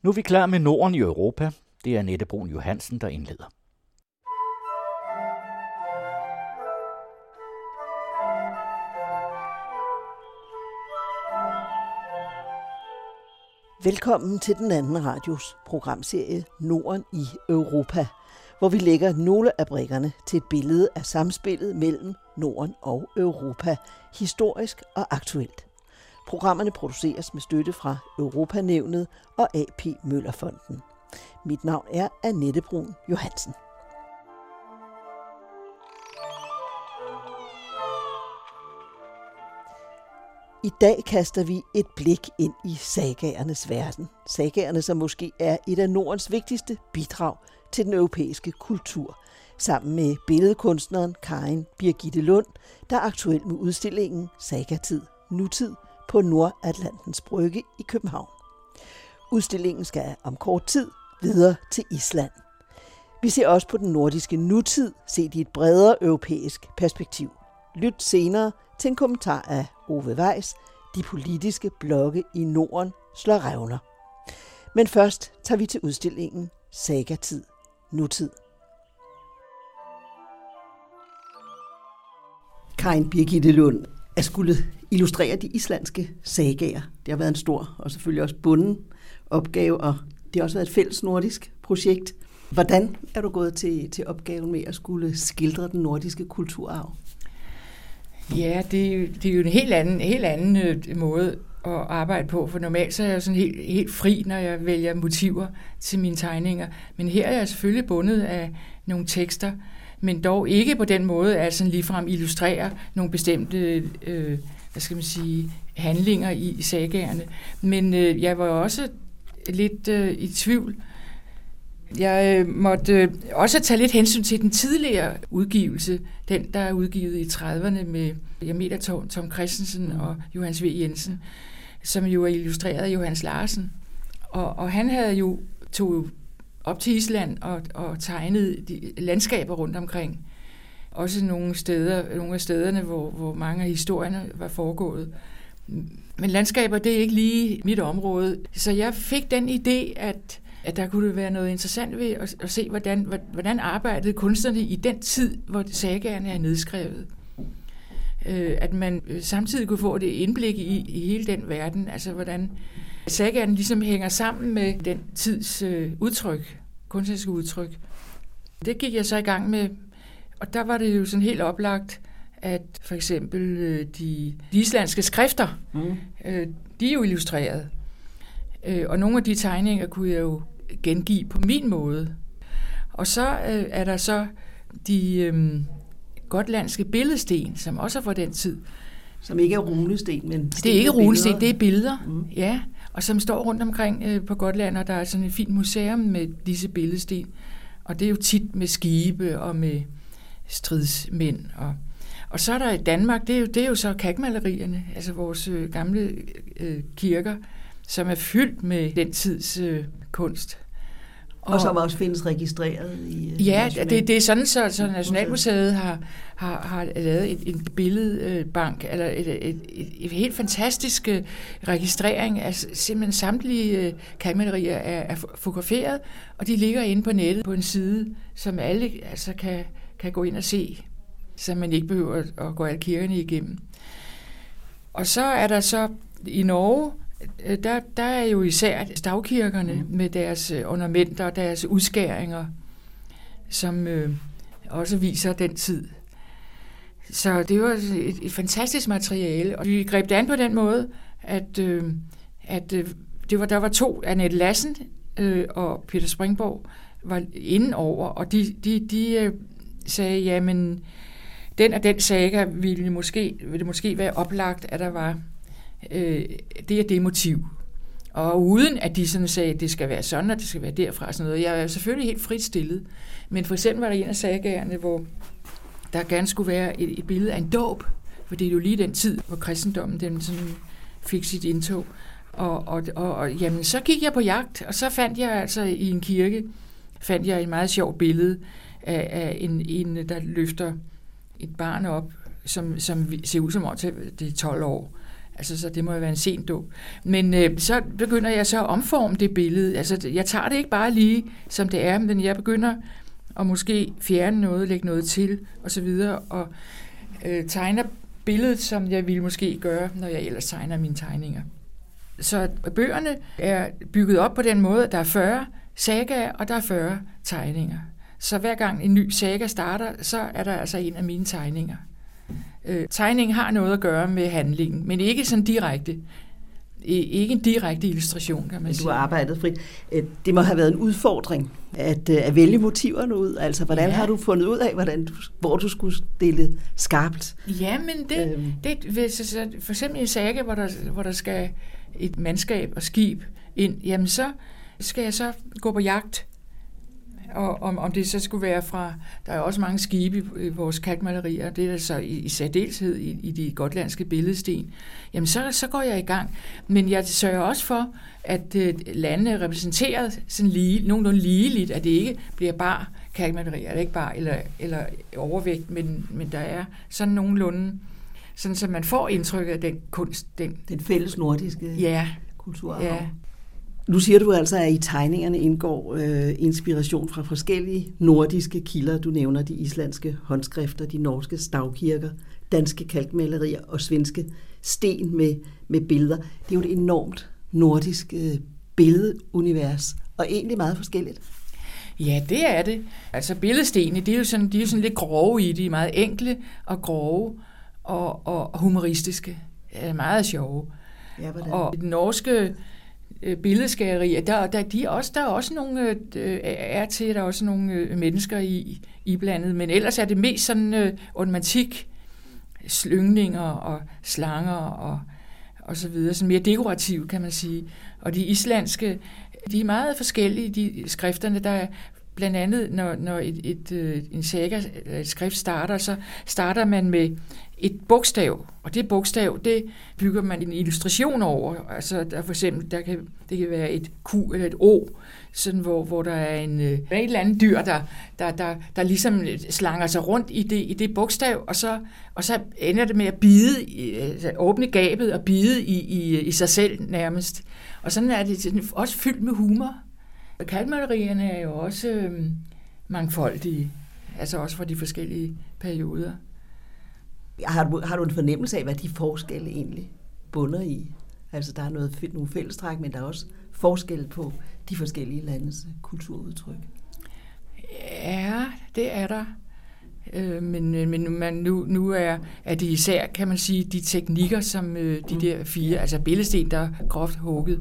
Nu er vi klar med Norden i Europa. Det er Annette Brun Johansen, der indleder. Velkommen til den anden radios programserie Norden i Europa, hvor vi lægger nogle af brikkerne til et billede af samspillet mellem Norden og Europa, historisk og aktuelt. Programmerne produceres med støtte fra Europanævnet og AP Møllerfonden. Mit navn er Annette Brun Johansen. I dag kaster vi et blik ind i sagaernes verden. Sagaerne, som måske er et af Nordens vigtigste bidrag til den europæiske kultur, sammen med billedkunstneren Karin Birgitte Lund, der er aktuel med udstillingen Sagatid, nutid på Nordatlantens Brygge i København. Udstillingen skal om kort tid videre til Island. Vi ser også på den nordiske nutid, set i et bredere europæisk perspektiv. Lyt senere til en kommentar af Ove Weiss, De politiske blokke i Norden slår revner. Men først tager vi til udstillingen Sagatid, nutid. Karin Birgitte Lund, at skulle illustrere de islandske sagaer, det har været en stor og selvfølgelig også bunden opgave, og det har også været et fælles nordisk projekt. Hvordan er du gået til opgaven med at skulle skildre den nordiske kulturarv? Ja, det er jo en helt anden måde at arbejde på, for normalt så er jeg sådan helt fri, når jeg vælger motiver til mine tegninger. Men her er jeg selvfølgelig bundet af nogle tekster, men dog ikke på den måde, at sådan ligefrem illustrerer nogle bestemte handlinger i sagaerne. Men jeg var også lidt i tvivl. Jeg måtte også tage lidt hensyn til den tidligere udgivelse, den der er udgivet i 30'erne med Jameda Tom Christensen og Johannes V. Jensen, som jo er illustreret af Johannes Larsen. Og han havde jo tog op til Island og tegnede de landskaber rundt omkring. Også nogle af stederne, hvor mange af historierne var foregået. Men landskaber, det er ikke lige mit område. Så jeg fik den idé, at der kunne være noget interessant ved at se, hvordan arbejdede kunstnerne i den tid, hvor sagaerne er nedskrevet. At man samtidig kunne få det indblik i hele den verden, altså hvordan sagaerne ligesom hænger sammen med den tids udtryk, kunstneriske udtryk. Det gik jeg så i gang med, og der var det jo sådan helt oplagt, at for eksempel de islandske skrifter, de er jo illustreret. Og nogle af de tegninger kunne jeg jo gengive på min måde. Og så er der så de gotlandske billedsten, som også er fra den tid. Som ikke er runesten, men det er ikke runesten, det er billeder. Ja, og som står rundt omkring på Gotland, og der er sådan et fint museum med disse billedsten. Og det er jo tit med skibe og med stridsmænd. Og så er der i Danmark, det er jo så kalkmalerierne, altså vores gamle kirker, som er fyldt med den tids kunst. Og som også findes registreret i... Ja, det er sådan, så Nationalmuseet har lavet en billedbank, eller et helt fantastisk registrering af simpelthen samtlige kalkmalerier er fotograferet, og de ligger inde på nettet på en side, som alle altså kan gå ind og se, så man ikke behøver at gå alle kirkerne igennem. Og så er der så i Norge, der er jo især stavkirkerne med deres ornamenter og deres udskæringer, som også viser den tid. Så det var et fantastisk materiale, og vi greb det an på den måde, at der var to, Annette Lassen og Peter Springborg, var inde over, og de sagde, jamen, den og den saga ville det måske være oplagt, at der var det er det motiv. Og uden at de sådan sagde, at det skal være sådan, og det skal være derfra, sådan noget. Jeg er selvfølgelig helt frit stillet. Men for eksempel var der en af sagaerne, hvor der gerne skulle være et billede af en dåb, for det er jo lige den tid, hvor kristendommen den sådan fik sit indtog. Og jamen, så gik jeg på jagt, og så fandt jeg altså i en kirke, et meget sjovt billede af en der løfter et barn op, som ser ud som om det er 12 år. Altså, så det må jo være en sen dåb. Men så begynder jeg så at omforme det billede. Altså, jeg tager det ikke bare lige, som det er, men jeg begynder at måske fjerne noget, lægge noget til, og så videre, og tegner billedet, som jeg ville måske gøre, når jeg ellers tegner mine tegninger. Så bøgerne er bygget op på den måde, at der er 40 sagaer, og der er 40 tegninger. Så hver gang en ny saga starter, så er der altså en af mine tegninger. Tegningen har noget at gøre med handlingen, men ikke sådan direkte. Ikke en direkte illustration, kan man sige. Du har arbejdet frit. Det må have været en udfordring at vælge motiverne ud. Altså, hvordan har du fundet ud af, hvor du skulle stille skarpt? Ja, men det for eksempel en saga, hvor der skal et mandskab og skib ind, jamen så skal jeg så gå på jagt. Og om det så skulle være fra, der er også mange skibe i vores kalkmalerier, det er så i særdeleshed i de gotlandske billedsten, jamen så går jeg i gang. Men jeg sørger også for, at landene er repræsenteret sådan nogenlunde ligeligt, at det ikke bliver bare kalkmalerier, eller ikke bare eller overvægt, men der er sådan nogenlunde, sådan så man får indtryk af den kunst. Den fælles nordiske kulturarv. Ja. Nu siger du altså, at i tegningerne indgår inspiration fra forskellige nordiske kilder. Du nævner de islandske håndskrifter, de norske stavkirker, danske kalkmalerier og svenske sten med billeder. Det er jo et enormt nordisk billedunivers, og egentlig meget forskelligt. Ja, det er det. Altså billedstenene, de er jo sådan lidt grove i, de er meget enkle og grove og humoristiske. Det er meget sjove. Ja, hvordan? Og den norske billedskærerier, der er også nogle der er også nogle mennesker i blandet, men ellers er det mest sådan ornamentik, slyngninger og slanger og så videre, sådan mere dekorativ, kan man sige. Og de islandske, de er meget forskellige, de skrifterne, der er blandt andet, når en saga, et skrift starter, så starter man med et bogstav, og det bogstav, det bygger man en illustration over. Altså der for eksempel, det kan være et Q eller et O, sådan hvor der er et eller andet dyr, der ligesom slanger sig rundt i det bogstav, og så ender det med at bide, åbne gabet og bide i sig selv nærmest. Og sådan er det også fyldt med humor. Kalkmalerierne er jo også mangfoldige, altså også fra de forskellige perioder. Har du en fornemmelse af, hvad de forskelle egentlig bunder i? Altså der er nogle fællestræk, men der er også forskel på de forskellige landes kulturudtryk. Ja, det er der. Men nu er det især, kan man sige, de teknikker, som de der 4, altså billedsten, der er groft hugget,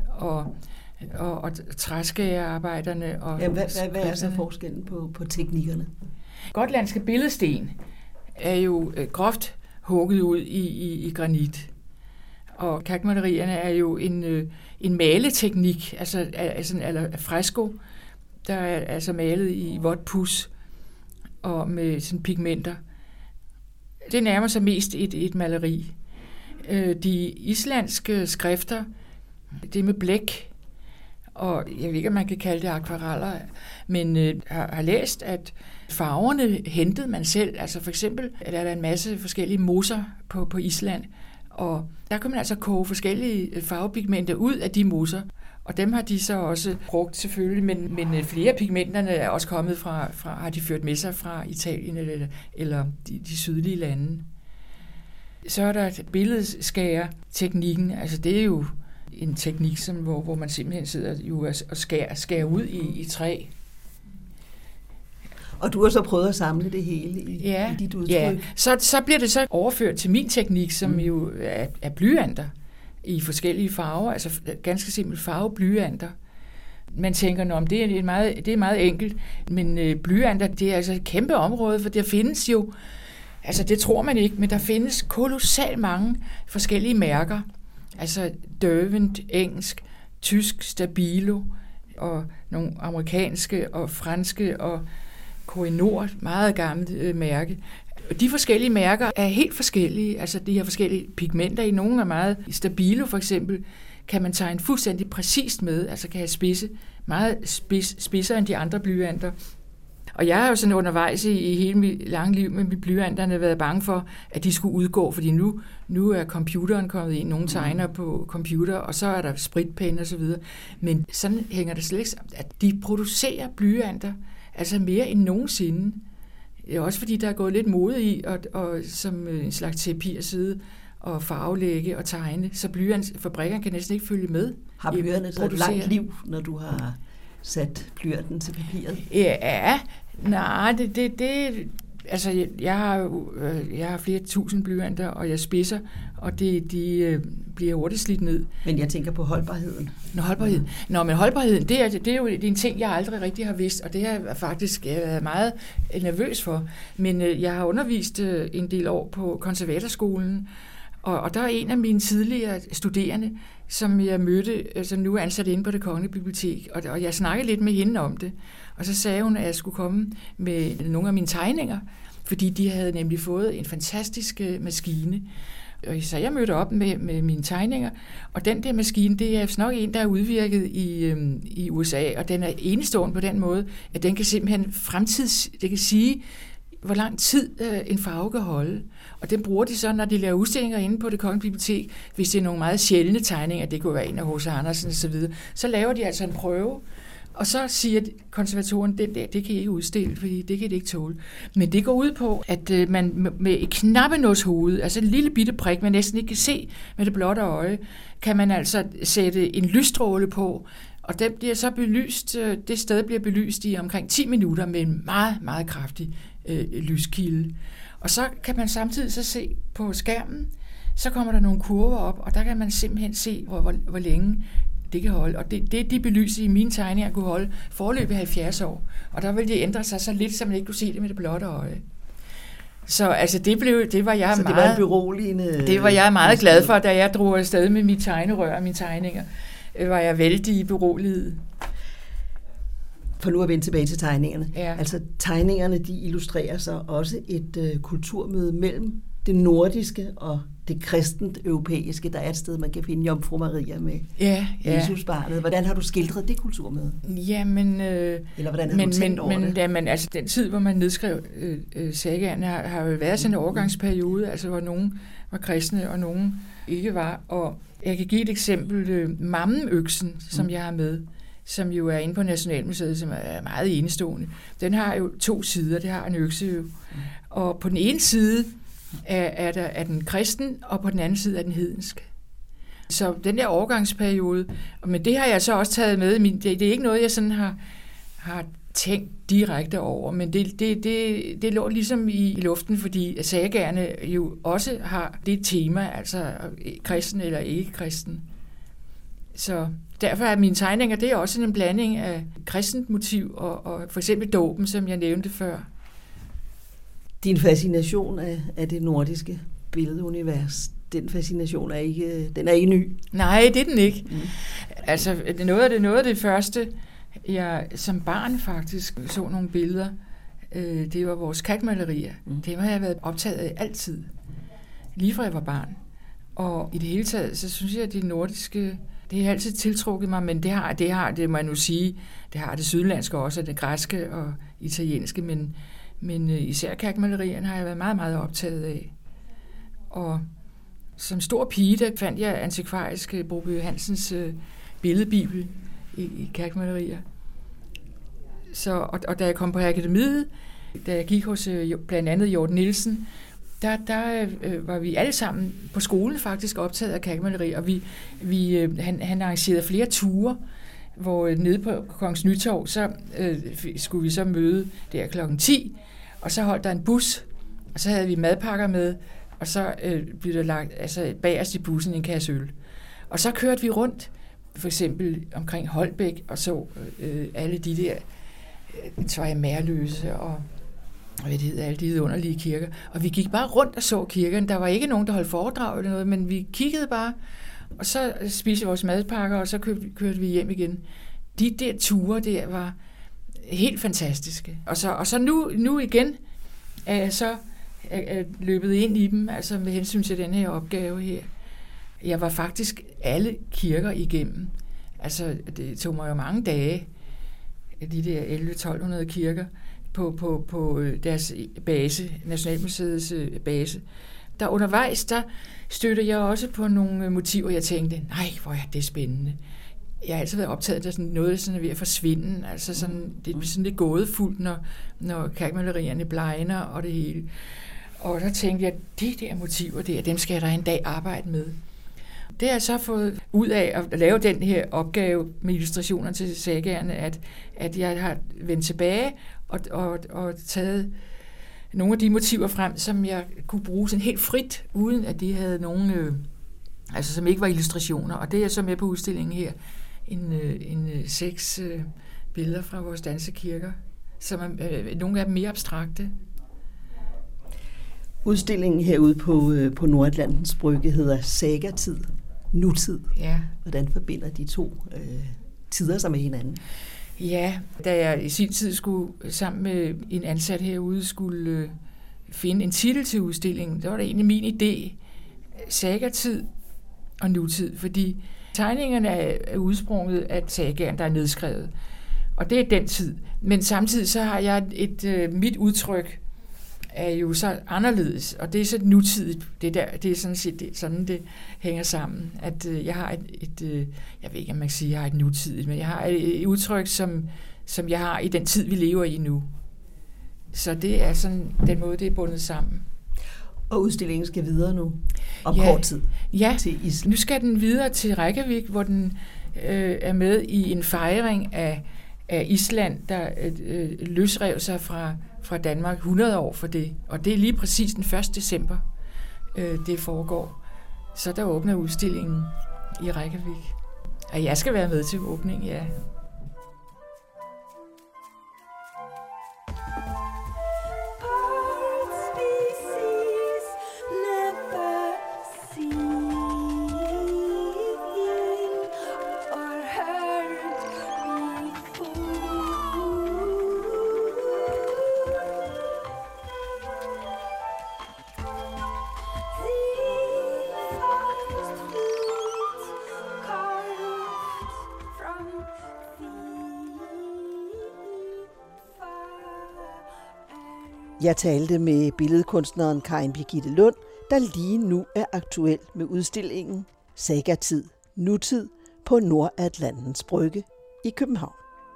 og træskærearbejderne. Og hvad er så forskellen på teknikkerne? Gotlandske billedsten er jo groft hugget ud i granit. Og kalkmalerierne er jo en maleteknik, altså fresco, der er altså malet i vådt pus og med sådan pigmenter. Det nærmer sig mest et maleri. De islandske skrifter, det med blæk, og jeg ved ikke, om man kan kalde det akvareller, men har læst, at farverne hentede man selv. Altså for eksempel er der en masse forskellige moser på Island, og der kan man altså koge forskellige farvepigmenter ud af de moser, og dem har de så også brugt selvfølgelig, men flere af pigmenterne er også kommet har de ført med sig fra Italien eller de sydlige lande. Så er der billedskærer-teknikken, altså det er jo en teknik, hvor man simpelthen sidder jo og skærer ud i træ. Og du har så prøvet at samle det hele i dit udtryk? Ja, så bliver det så overført til min teknik, som jo er blyanter i forskellige farver, altså ganske simpelt farveblyanter. Man tænker, om det er meget enkelt, men blyanter, det er altså et kæmpe område, for der findes jo, altså det tror man ikke, men der findes kolossalt mange forskellige mærker. Altså Derwent, engelsk, tysk, Stabilo, og nogle amerikanske og franske og Koh-i-Noor, meget gammelt mærke. De forskellige mærker er helt forskellige, altså de har forskellige pigmenter i. Nogle er meget Stabilo for eksempel, kan man tegne fuldstændig præcist med, altså kan have spidse, meget spidsere end de andre blyanter. Og jeg har jo sådan undervejs i hele mit lange liv med blyanterne været bange for, at de skulle udgå, fordi nu er computeren kommet ind, nogle tegner på computer, og så er der spritpenne og så videre. Men sådan hænger det slet ikke sammen, at de producerer blyanter, altså mere end nogensinde. Også fordi der er gået lidt mode i, og som en slags terapi at sidde og farvelægge og tegne, så fabrikkerne kan næsten ikke følge med. Har blyanterne så et langt liv, når du har sat blyanten til papiret? Ja, nej, altså jeg har flere tusind blyanter, og jeg spidser, og de bliver hurtigt slidt ned. Men jeg tænker på holdbarheden. Men holdbarheden, det er jo en ting, jeg aldrig rigtig har vidst, og det har jeg faktisk været meget nervøs for. Men jeg har undervist en del år på konservatorskolen, og der er en af mine tidligere studerende, som jeg mødte, som nu er ansat inde på Det Kongelige Bibliotek, og jeg snakkede lidt med hende om det. Og så sagde hun, at jeg skulle komme med nogle af mine tegninger, fordi de havde nemlig fået en fantastisk maskine. Og så jeg mødte op med mine tegninger, og den der maskine, det er nok en, der er udvirket i USA, og den er enestående på den måde, at den kan simpelthen det kan sige, hvor lang tid en farve kan holde. Og den bruger de så, når de laver udstillinger inde på Det Kongelige Bibliotek, hvis det er nogle meget sjældne tegninger, det kunne være en af H.C. Andersen osv., så laver de altså en prøve, og så siger konservatoren, den der, det kan I ikke udstille, fordi det kan det ikke tåle. Men det går ud på, at man med et knappenåshoved, altså en lille bitte prik, man næsten ikke kan se med det blotte øje, kan man altså sætte en lysstråle på, og den bliver så belyst, det sted bliver belyst i omkring 10 minutter med en meget, meget kraftig lyskilde. Og så kan man samtidig så se på skærmen, så kommer der nogle kurver op, og der kan man simpelthen se, hvor længe det kan holde. Og det de belyser i mine tegninger kunne holde foreløbig 70 år. Og der vil det ændre sig så lidt, så man ikke kunne se det med det blotte øje. Så altså det var jeg det var en beroligende... Det var jeg meget glad for, da jeg drog afsted med mit tegnerør og mine tegninger. Var jeg vældig beroliget. For nu at vende tilbage til tegningerne. Ja. Altså tegningerne, de illustrerer så også et kulturmøde mellem det nordiske og det kristent europæiske. Der er et sted, man kan finde Jomfru Maria med Jesusbarnet. Hvordan har du skildret det kulturmøde? Jamen... Eller hvordan har du tænkt over det? Jamen, altså den tid, hvor man nedskrev sagaerne, har jo været sådan en overgangsperiode, altså hvor nogen var kristne, og nogen ikke var. Og jeg kan give et eksempel. Mammenøksen, som jeg har med, som jo er inde på Nationalmuseet, som er meget enestående. Den har jo 2 sider, det har en økse jo. Og på den ene side er den kristen, og på den anden side er den hedensk. Så den der overgangsperiode, men det har jeg så også taget med. Det er ikke noget, jeg sådan har tænkt direkte over, men det lå ligesom i luften, fordi sagaerne jo også har det tema, altså kristen eller ikke kristen. Så derfor er mine tegninger, det er også en blanding af kristent motiv og for eksempel dåben, som jeg nævnte før. Din fascination af det nordiske billedunivers, den fascination er ikke ny. Nej, det er den ikke. Altså noget af det første, jeg som barn faktisk så nogle billeder, det var vores kalkmalerier. Det har jeg været optaget af altid, lige fra jeg var barn. Og i det hele taget, så synes jeg, at det nordiske, det har altid tiltrukket mig, men det må jeg nu sige, det har det sydlandske også, det græske og italienske, men især kalkmalerierne har jeg været meget, meget optaget af. Og som stor pige, der fandt jeg antikvarisk Broby Hansens billedbibel i kalkmalerier. Og da jeg kom på akademiet, da jeg gik hos blandt andet Hjort Nielsen, der var vi alle sammen på skolen faktisk optaget af kalkmaleri, og han arrangerede flere ture, hvor nede på Kongens Nytorv, så skulle vi så møde der klokken 10, og så holdt der en bus, og så havde vi madpakker med, og så blev der lagt bagerst i bussen en kasse øl. Og så kørte vi rundt, for eksempel omkring Holbæk, og så alle de der Mærløse og hvad det hedder, alle de underlige kirker. Og vi gik bare rundt og så kirken. Der var ikke nogen, der holdt foredrag eller noget, men vi kiggede bare, og så spiste vores madpakker, og så kørte vi hjem igen. De der ture der var helt fantastiske. Og så nu igen er jeg så løbet ind i dem, altså med hensyn til den her opgave her. Jeg var faktisk alle kirker igennem. Altså, det tog mig jo mange dage, de der 1100-1200 kirker. på deres base, Nationalmuseets base. Der undervejs, der støtter jeg også på nogle motiver, jeg tænkte, nej, hvor er det spændende. Jeg har altid været optaget af sådan noget, sådan er ved at forsvinde. Altså sådan, det er sådan lidt gådefuldt, når kalkmalerierne blegner og det hele. Og der tænkte jeg, de der motiver der, dem skal jeg da en dag arbejde med. Det har jeg så fået ud af at lave den her opgave med illustrationer til sagaerne, at jeg har vendt tilbage og taget nogle af de motiver frem, som jeg kunne bruge sådan helt frit, uden at de havde nogen, altså som ikke var illustrationer. Og det er så med på udstillingen her, en 6 billeder fra vores dansekirker, som er nogle af dem mere abstrakte. Udstillingen herude på Nordatlantens Brygge hedder Sagatid, nutid. Ja. Hvordan forbinder de to tider sig med hinanden? Ja, da jeg i sin tid skulle sammen med en ansat herude skulle finde en titel til udstillingen, der var det egentlig min idé, sagatid og nutid, fordi tegningerne er udsprunget af sagaen, der er nedskrevet. Og det er den tid. Men samtidig så har jeg mit udtryk er jo så anderledes, og det er så nutidigt. Det er sådan det hænger sammen. At jeg har jeg ved ikke, om man kan sige, at jeg har et nutidigt, men jeg har et udtryk, som jeg har i den tid, vi lever i nu. Så det er sådan den måde, det er bundet sammen. Og udstillingen skal videre nu, om kort tid. Ja, til Island. Nu skal den videre til Reykjavik, hvor den er med i en fejring af Island, der løsrev sig fra Danmark 100 år for det. Og det er lige præcis den 1. december, det foregår. Så der åbner udstillingen i Reykjavik. Og jeg skal være med til åbningen, ja. Jeg talte med billedkunstneren Karin Birgitte Lund, der lige nu er aktuel med udstillingen Sagatid, nutid på Nordatlantens Brygge i København.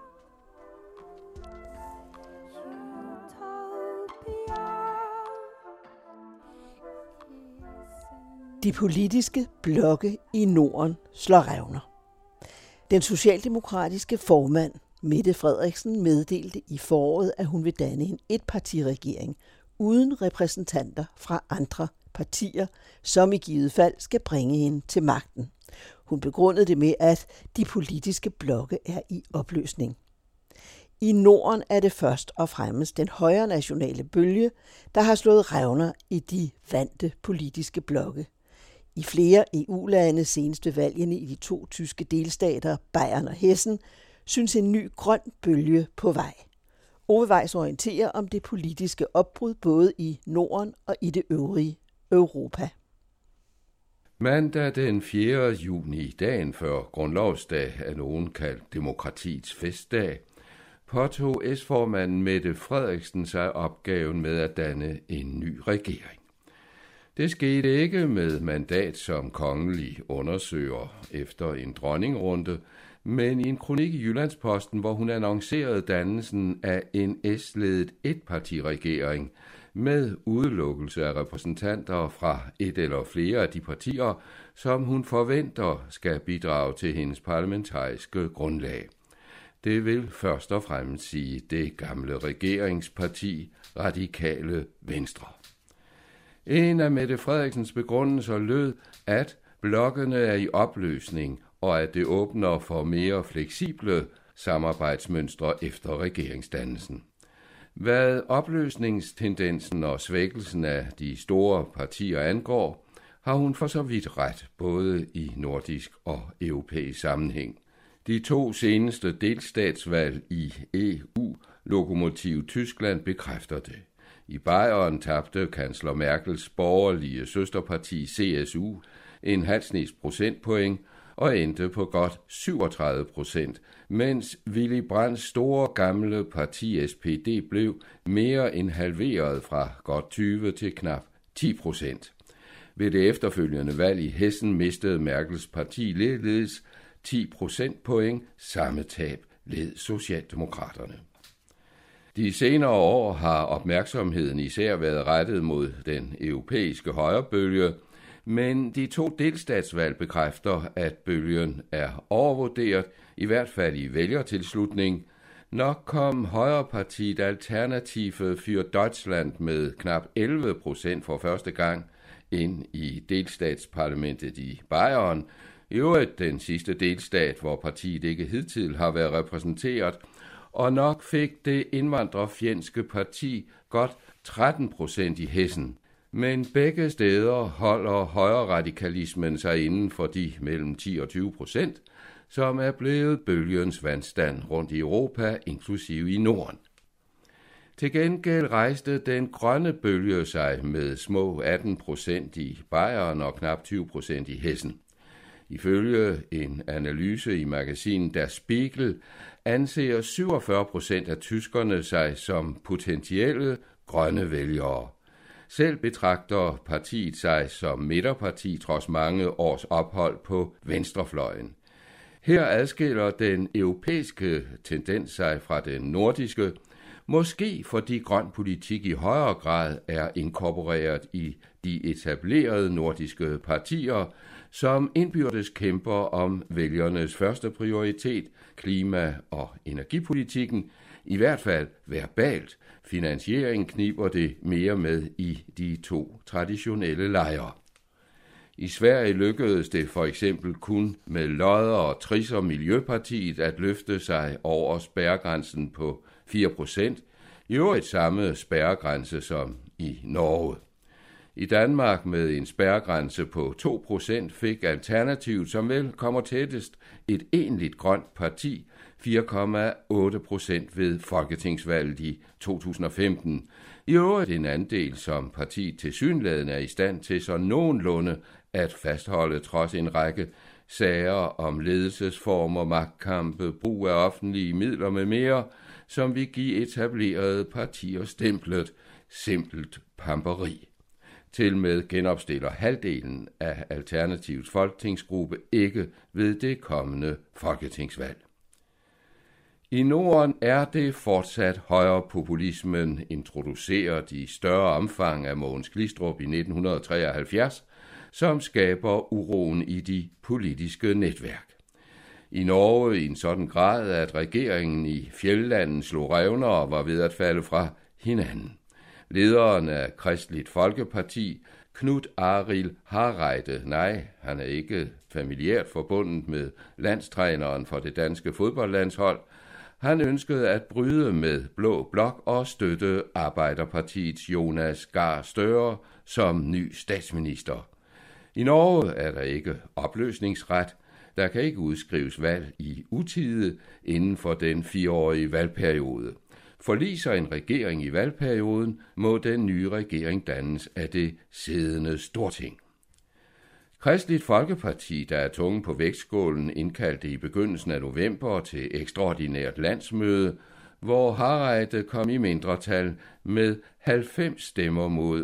De politiske blokke i Norden slår revner. Den socialdemokratiske formand Mette Frederiksen meddelte i foråret, at hun vil danne en etpartiregering uden repræsentanter fra andre partier, som i givet fald skal bringe hende til magten. Hun begrundede det med, at de politiske blokke er i opløsning. I Norden er det først og fremmest den højre nationale bølge, der har slået revner i de vante politiske blokke. I flere EU-lande, senest ved valgene i de 2 tyske delstater, Bayern og Hessen, synes en ny grøn bølge på vej. Ove Weiss orienterer om det politiske opbrud både i Norden og i det øvrige Europa. Mandag den 4. juni, dagen før Grundlovsdag, er nogen kaldt demokratiets festdag, påtog S-formanden Mette Frederiksen sig opgaven med at danne en ny regering. Det skete ikke med mandat som kongelig undersøger efter en dronningrunde, men i en kronik i Jyllandsposten, hvor hun annoncerede dannelsen af en S-ledet etpartiregering med udelukkelse af repræsentanter fra et eller flere af de partier, som hun forventer skal bidrage til hendes parlamentariske grundlag. Det vil først og fremmest sige det gamle regeringsparti, Radikale Venstre. En af Mette Frederiksens begrundelser lød, at blokkene er i opløsning, og at det åbner for mere fleksible samarbejdsmønstre efter regeringsdannelsen. Hvad opløsningstendensen og svækkelsen af de store partier angår, har hun for så vidt ret, både i nordisk og europæisk sammenhæng. De 2 seneste delstatsvalg i EU, lokomotiv Tyskland, bekræfter det. I Bayern tabte kansler Merkels borgerlige søsterparti CSU en halv snes procentpoint, og endte på godt 37%, mens Willy Brandts store gamle parti SPD blev mere end halveret fra godt 20 til knap 10%. Ved det efterfølgende valg i Hessen mistede Merkels parti ligeledes 10 procentpoint. Samme tab led Socialdemokraterne. De senere år har opmærksomheden især været rettet mod den europæiske højrebølge, men de 2 delstatsvalg bekræfter, at bølgen er overvurderet, i hvert fald i vælgertilslutning. Nok kom højrepartiet Alternative für Deutschland med knap 11% for første gang ind i delstatsparlamentet i Bayern, i øvrigt den sidste delstat, hvor partiet ikke hidtil har været repræsenteret, og nok fik det indvandrerfjendske parti godt 13% i Hessen. Men begge steder holder højreradikalismen sig inden for de mellem 10 og 20%, som er blevet bølgens vandstand rundt i Europa, inklusive i Norden. Til gengæld rejste den grønne bølge sig med små 18% i Bayern og knap 20% i Hessen. Ifølge en analyse i magasinet Der Spiegel anser 47% af tyskerne sig som potentielle grønne vælgere. Selv betragter partiet sig som midterparti trods mange års ophold på venstrefløjen. Her adskiller den europæiske tendens sig fra den nordiske, måske fordi grøn politik i højere grad er inkorporeret i de etablerede nordiske partier, som indbyrdes kæmper om vælgernes første prioritet, klima- og energipolitikken, i hvert fald verbalt. Finansiering kniber det mere med i de 2 traditionelle lejre. I Sverige lykkedes det for eksempel kun med lodder og trisser Miljøpartiet at løfte sig over spærregrænsen på 4%, i øvrigt samme spærregrænse som i Norge. I Danmark med en spærregrænse på 2% fik Alternativet, som vel kommer tættest, et egentligt grønt parti, 4,8% ved folketingsvalget i 2015. I øvrigt en andel, som partiet tilsyneladende er i stand til så nogenlunde at fastholde trods en række sager om ledelsesformer, magtkampe, brug af offentlige midler med mere, som vil give etablerede partier stemplet simpelt pamperi. Til med genopstiller halvdelen af Alternativets folketingsgruppe ikke ved det kommende folketingsvalg. I Norden er det fortsat højrepopulismen, introduceret i større omfang af Mogens Glistrup i 1973, som skaber uroen i de politiske netværk. I Norge i en sådan grad, at regeringen i Fjellandet slog revner og var ved at falde fra hinanden. Lederen af Kristeligt Folkeparti, Knut Arild Hareide, nej, han er ikke familiært forbundet med landstræneren for det danske fodboldlandshold. Han ønskede at bryde med Blå Blok og støtte Arbeiderpartiets Jonas Gahr Støre som ny statsminister. I Norge er der ikke opløsningsret. Der kan ikke udskrives valg i utide inden for den 4-årige valgperiode. Forliser en regering i valgperioden, må den nye regering dannes af det siddende Storting. Kristeligt Folkeparti, der er tunge på vægtskålen, indkaldte i begyndelsen af november til ekstraordinært landsmøde, hvor Hareide kom i mindretal med 90 stemmer mod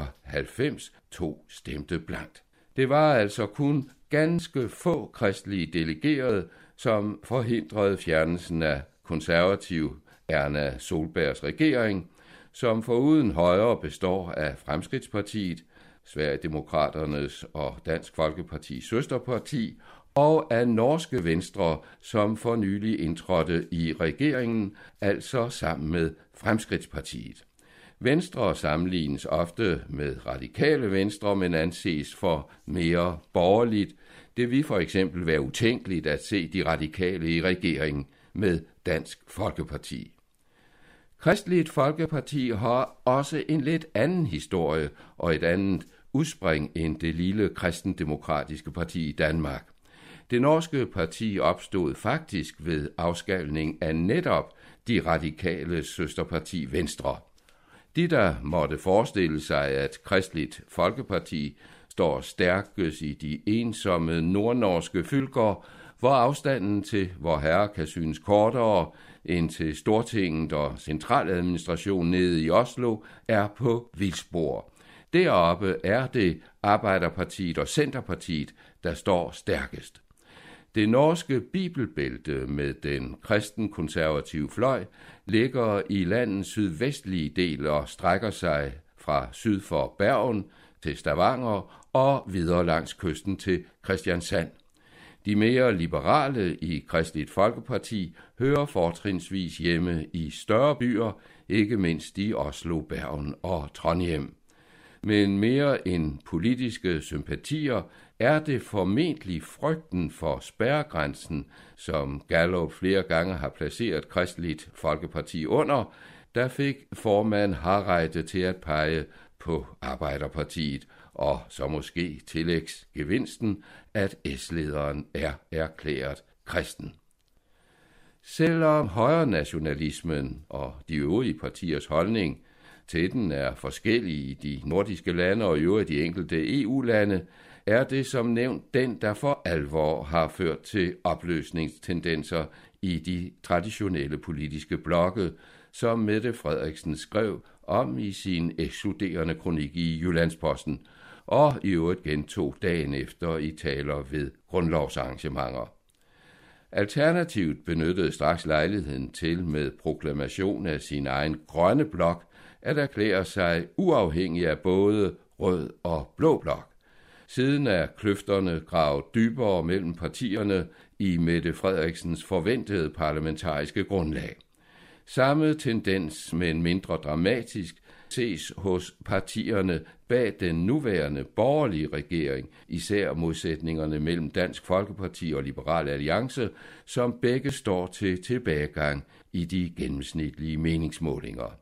98, 2 stemte blankt. Det var altså kun ganske få kristelige delegerede, som forhindrede fjernelsen af konservativ Erna Solbergs regering, som foruden Højre består af Fremskridtspartiet, Sverigedemokraternes og Dansk Folkepartis søsterparti, og af Norske Venstre, som for nylig indtrådte i regeringen, altså sammen med Fremskridtspartiet. Venstre sammenlignes ofte med radikale venstre, men anses for mere borgerligt. Det vil for eksempel være utænkeligt at se de radikale i regeringen med Dansk Folkeparti. Kristeligt Folkeparti har også en lidt anden historie og et andet udspring end det lille kristendemokratiske parti i Danmark. Det norske parti opstod faktisk ved afskalning af netop de radikale søsterparti Venstre. De, der måtte forestille sig, at Kristeligt Folkeparti står stærkest i de ensomme nordnorske fylker, hvor afstanden til Vor Herre kan synes kortere end til Stortinget og centraladministrationen nede i Oslo er på vildspor. Deroppe er det Arbeiderpartiet og Centerpartiet, der står stærkest. Det norske bibelbælte med den kristenkonservative fløj ligger i landets sydvestlige del og strækker sig fra syd for Bergen til Stavanger og videre langs kysten til Kristiansand. De mere liberale i Kristeligt Folkeparti hører fortrinsvis hjemme i større byer, ikke mindst i Oslo, Bergen og Trondheim. Men mere end politiske sympatier er det formentlig frygten for spærregrænsen, som Gallup flere gange har placeret Kristeligt Folkeparti under, der fik formand Hareide til at pege på Arbeiderpartiet, og så måske tillægsgevinsten, at S-lederen er erklæret kristen. Selvom højrenationalismen og de øvrige partiers holdning til den er forskellig i de nordiske lande og i øvrigt de enkelte EU-lande, er det som nævnt den, der for alvor har ført til opløsningstendenser i de traditionelle politiske blokke, som Mette Frederiksen skrev om i sin ekskluderende kronik i Jyllandsposten, og i øvrigt gentog dagen efter i taler ved grundlovsarrangementer. Alternativet benyttede straks lejligheden til med proklamation af sin egen grønne blok at erklære sig uafhængig af både rød og blå blok. Siden er kløfterne gravet dybere mellem partierne i Mette Frederiksens forventede parlamentariske grundlag. Samme tendens, men mindre dramatisk, ses hos partierne bag den nuværende borgerlige regering, især modsætningerne mellem Dansk Folkeparti og Liberal Alliance, som begge står til tilbagegang i de gennemsnitlige meningsmålinger.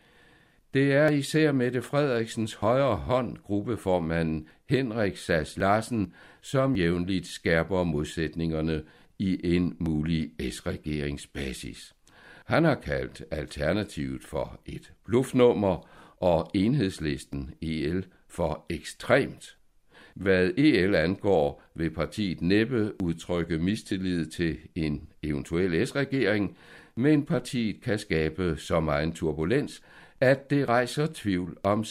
Det er især Mette Frederiksens højre hånd, gruppeformanden Henrik Sass Larsen, som jævnligt skærper modsætningerne i en mulig S-regeringsbasis. Han har kaldt Alternativet for et bluffnummer og Enhedslisten EL for ekstremt. Hvad EL angår, vil partiet næppe udtrykke mistillid til en eventuel S-regering, men partiet kan skabe så meget turbulens, at det rejser tvivl om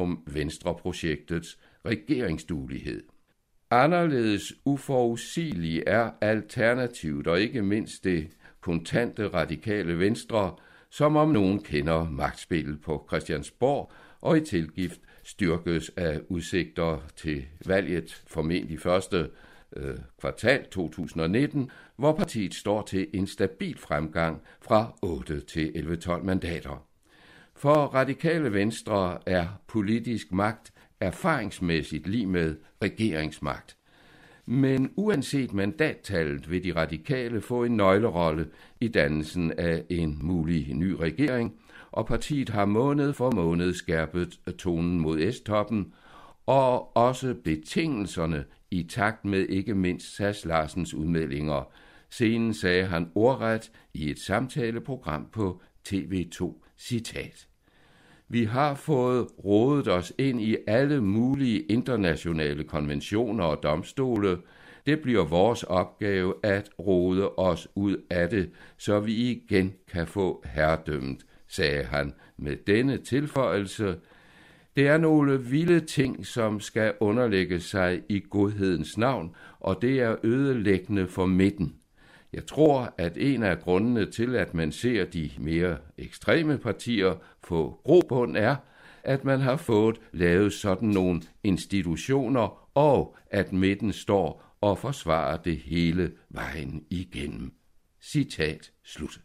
centrum-venstre-projektets regeringsduelighed. Anderledes uforudsigeligt er Alternativet og ikke mindst det kontante radikale venstre, som om nogen kender magtspillet på Christiansborg og i tilgift styrkes af udsigter til valget formentlig første kvartal 2019, hvor partiet står til en stabil fremgang fra 8 til 11-12 mandater. For radikale venstre er politisk magt erfaringsmæssigt lig med regeringsmagt. Men uanset mandattallet vil de radikale få en nøglerolle i dannelsen af en mulig ny regering, og partiet har måned for måned skærpet tonen mod S-toppen, og også betingelserne i takt med ikke mindst Sass Larsens udmeldinger. Senest sagde han ordret i et samtaleprogram på TV2, citat: "Vi har fået rodet os ind i alle mulige internationale konventioner og domstole. Det bliver vores opgave at rode os ud af det, så vi igen kan få herredømmet," sagde han med denne tilføjelse: "Det er nogle vilde ting, som skal underlægge sig i godhedens navn, og det er ødelæggende for midten. Jeg tror, at en af grundene til, at man ser de mere ekstreme partier få grobund, er, at man har fået lavet sådan nogle institutioner, og at midten står og forsvarer det hele vejen igennem." Citat slut.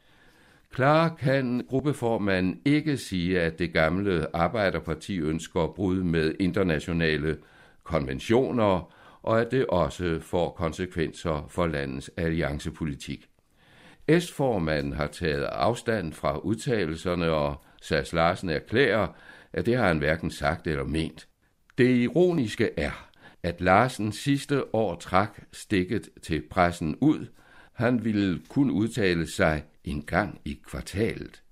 Klar kan gruppeformanden ikke sige, at det gamle Arbeiderparti ønsker brud med internationale konventioner, og at det også får konsekvenser for landets alliancepolitik. S-formanden har taget afstand fra udtalelserne, og Sass Larsen erklærer, at det har han hverken sagt eller ment. Det ironiske er, at Larsen sidste år trak stikket til pressen ud. Han ville kun udtale sig en gang i kvartalet.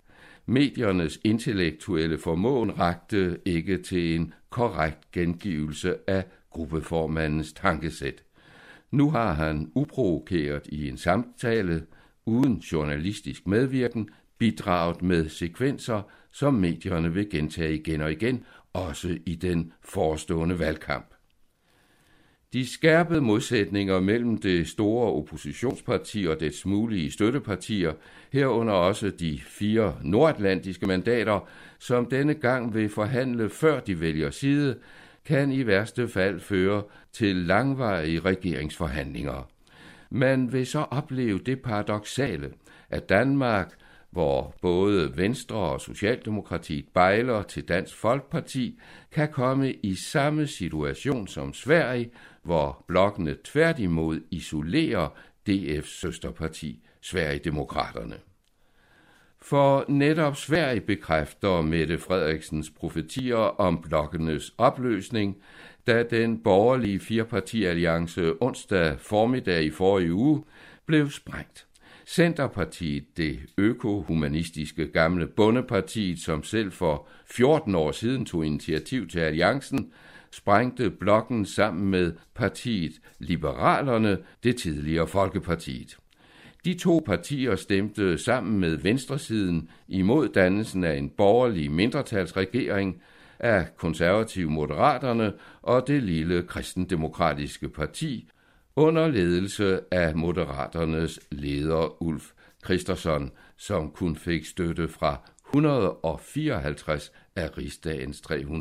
Mediernes intellektuelle formåen rakte ikke til en korrekt gengivelse af gruppeformandens tankesæt. Nu har han uprovokeret i en samtale, uden journalistisk medvirken, bidraget med sekvenser, som medierne vil gentage igen og igen, også i den forestående valgkamp. De skærpede modsætninger mellem det store oppositionsparti og dets mulige støttepartier, herunder også de 4 nordatlantiske mandater, som denne gang vil forhandle før de vælger side, kan i værste fald føre til langvarige regeringsforhandlinger. Man vil så opleve det paradoksale, at Danmark, hvor både Venstre og Socialdemokratiet bejler til Dansk Folkeparti, kan komme i samme situation som Sverige, hvor blokkene tværtimod isolerer DF's søsterparti, Sverigedemokraterne. For netop Sverige bekræfter Mette Frederiksens profetier om blokkenes opløsning, da den borgerlige 4-partialliance onsdag formiddag i forrige uge blev sprængt. Centerpartiet, det økohumanistiske gamle Bondepartiet, som selv for 14 år siden tog initiativ til alliancen, sprængte blokken sammen med partiet Liberalerne, det tidligere Folkepartiet. De 2 partier stemte sammen med venstresiden imod dannelsen af en borgerlig mindretalsregering af konservative Moderaterne og det lille kristendemokratiske parti under ledelse af Moderaternes leder Ulf Kristersson, som kun fik støtte fra 154 af rigsdagens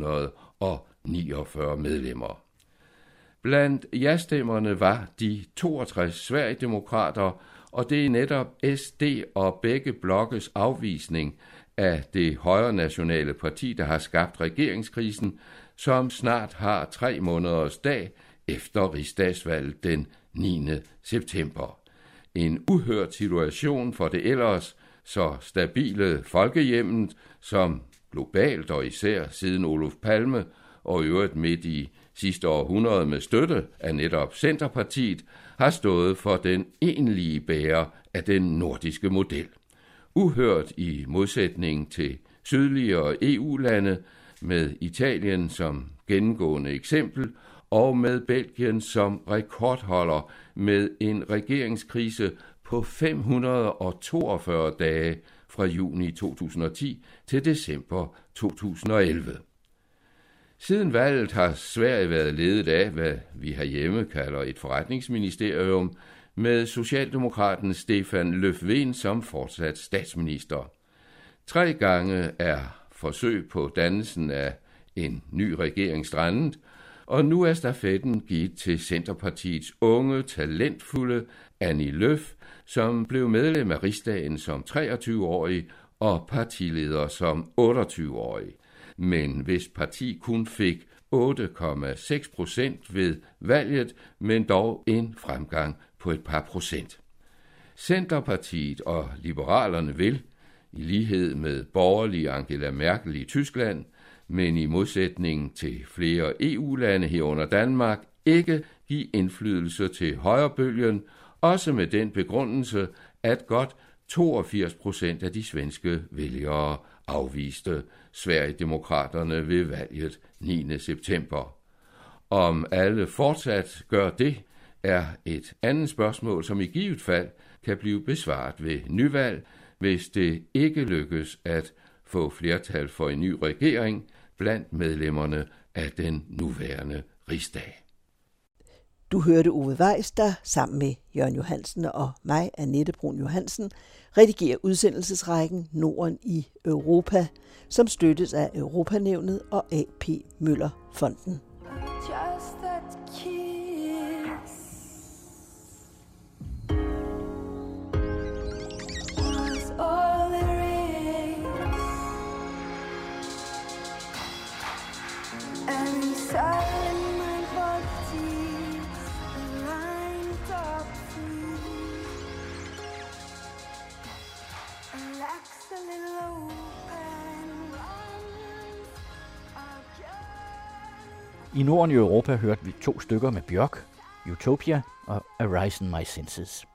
349 medlemmer. Blandt ja-stemmerne var de 62 Sverigedemokrater, og det er netop SD og begge blokkes afvisning af det højre nationale parti, der har skabt regeringskrisen, som snart har 3 måneders dag efter rigsdagsvalget den 9. september. En uhørt situation for det ellers så stabile folkehjemmet, som globalt og især siden Olof Palme og i øvrigt midt i sidste århundrede med støtte af netop Centerpartiet, har stået for den egentlige bærer af den nordiske model. Uhørt i modsætning til sydligere EU-lande, med Italien som gennemgående eksempel, og med Belgien som rekordholder med en regeringskrise på 542 dage fra juni 2010 til december 2011. Siden valget har Sverige været ledet af, hvad vi herhjemme kalder et forretningsministerium, med socialdemokraten Stefan Löfven som fortsat statsminister. 3 gange er forsøg på dannelsen af en ny regering strandet, og nu er stafetten givet til Centerpartiets unge, talentfulde Annie Lööf, som blev medlem af Rigsdagen som 23-årig og partileder som 28-årig. Men hvis parti kun fik 8,6% ved valget, men dog en fremgang på et par procent. Centerpartiet og Liberalerne vil, i lighed med borgerlige Angela Merkel i Tyskland, men i modsætning til flere EU-lande herunder Danmark, ikke give indflydelse til højrebølgen, også med den begrundelse, at godt 82% af de svenske vælgere afviste Sverigedemokraterne ved valget 9. september. Om alle fortsat gør det, er et andet spørgsmål, som i givet fald kan blive besvaret ved nyvalg, hvis det ikke lykkes at få flertal for en ny regering blandt medlemmerne af den nuværende rigsdag. Du hørte Ove Weiss, der sammen med Jørgen Johansen og mig, Annette Brun Johansen, redigerer udsendelsesrækken Norden i Europa, som støttes af Europanævnet og A.P. Møller Fonden. I Norden i Europa hørte vi 2 stykker med Bjørk, Utopia og Arise in My Senses.